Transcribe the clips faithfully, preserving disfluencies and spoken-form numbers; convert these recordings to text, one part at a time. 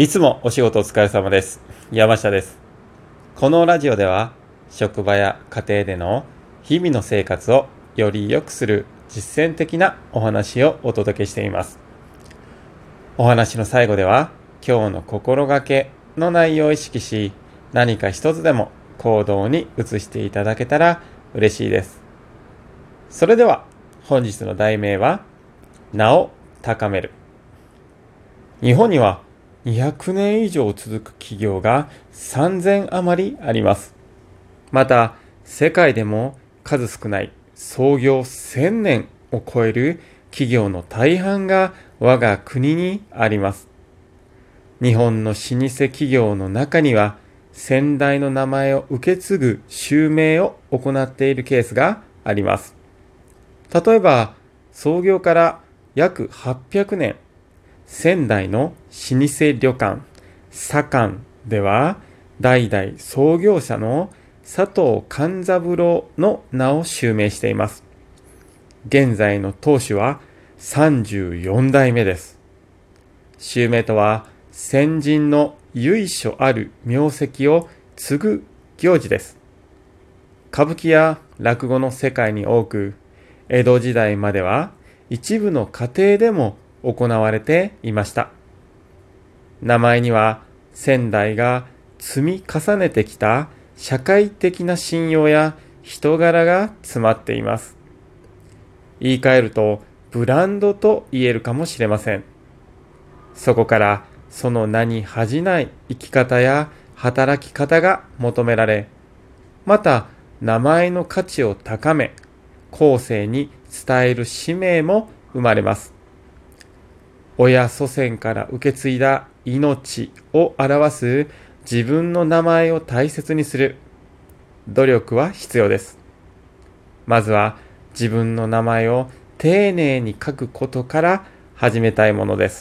いつもお仕事お疲れ様です。山下です。このラジオでは職場や家庭での日々の生活をより良くする実践的なお話をお届けしています。お話の最後では今日の心がけの内容を意識し、何か一つでも行動に移していただけたら嬉しいです。それでは本日の題名は名を高める。日本にはにひゃくねん以上続く企業がさんぜん余りあります。また世界でも数少ない創業せんねんを超える企業の大半が我が国にあります。日本の老舗企業の中には先代の名前を受け継ぐ襲名を行っているケースがあります。例えば創業から約はっぴゃくねん、仙台の老舗旅館左官では代々創業者の佐藤勘三郎の名を襲名しています。現在の当主はさんじゅうよんだいめです。襲名とは先人の由緒ある名跡を継ぐ行事です。歌舞伎や落語の世界に多く、江戸時代までは一部の家庭でも行われていました。名前には先代が積み重ねてきた社会的な信用や人柄が詰まっています。言い換えるとブランドと言えるかもしれません。そこからその名に恥じない生き方や働き方が求められ、また名前の価値を高め、後世に伝える使命も生まれます。親祖先から受け継いだ命を表す自分の名前を大切にする努力は必要です。まずは自分の名前を丁寧に書くことから始めたいものです。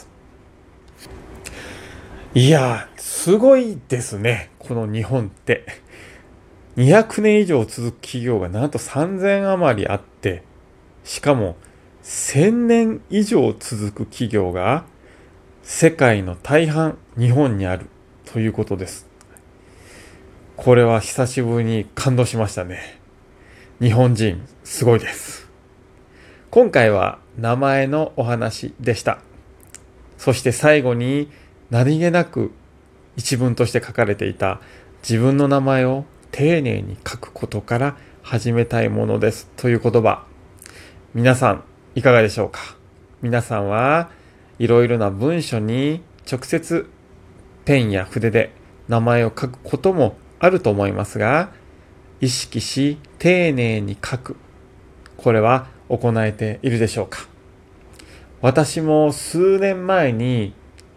いやー、すごいですね。この日本って。にひゃくねん以上続く企業がなんとさんぜん余りあって、しかもせんねん以上続く企業が世界の大半日本にあるということです。これは久しぶりに感動しましたね。日本人すごいです。今回は名前のお話でした。そして最後に何気なく一文として書かれていた自分の名前を丁寧に書くことから始めたいものですという言葉。皆さんいかがでしょうか。皆さんはいろいろな文書に直接ペンや筆で名前を書くこともあると思いますが、意識し丁寧に書く、これは行えているでしょうか。私も数年前に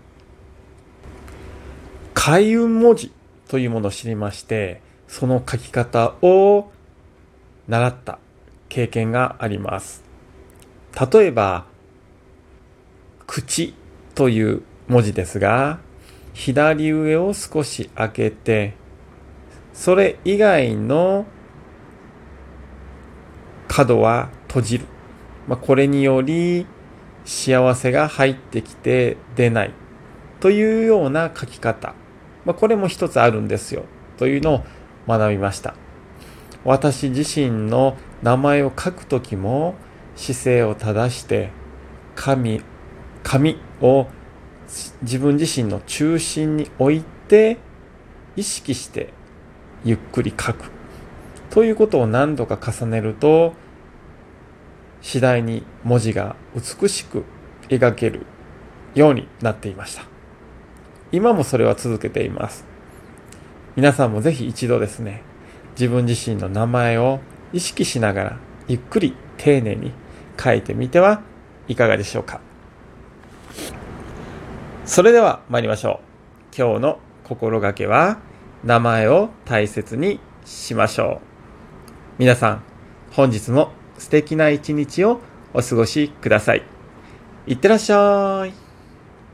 開運文字というものを知りまして、その書き方を習った経験があります。例えば口という文字ですが、左上を少し開けて、それ以外の角は閉じる。まあ、これにより幸せが入ってきて出ないというような書き方。まあ、これも一つあるんですよというのを学びました。私自身の名前を書くときも姿勢を正して紙紙を自分自身の中心に置いて意識してゆっくり書くということを何度か重ねると、次第に文字が美しく描けるようになっていました。今もそれは続けています。皆さんもぜひ一度ですね、自分自身の名前を意識しながらゆっくり丁寧に書いてみてはいかがでしょうか。それでは参りましょう。今日の心がけは、名前を大切にしましょう。皆さん、本日も素敵な一日をお過ごしください。いってらっしゃい。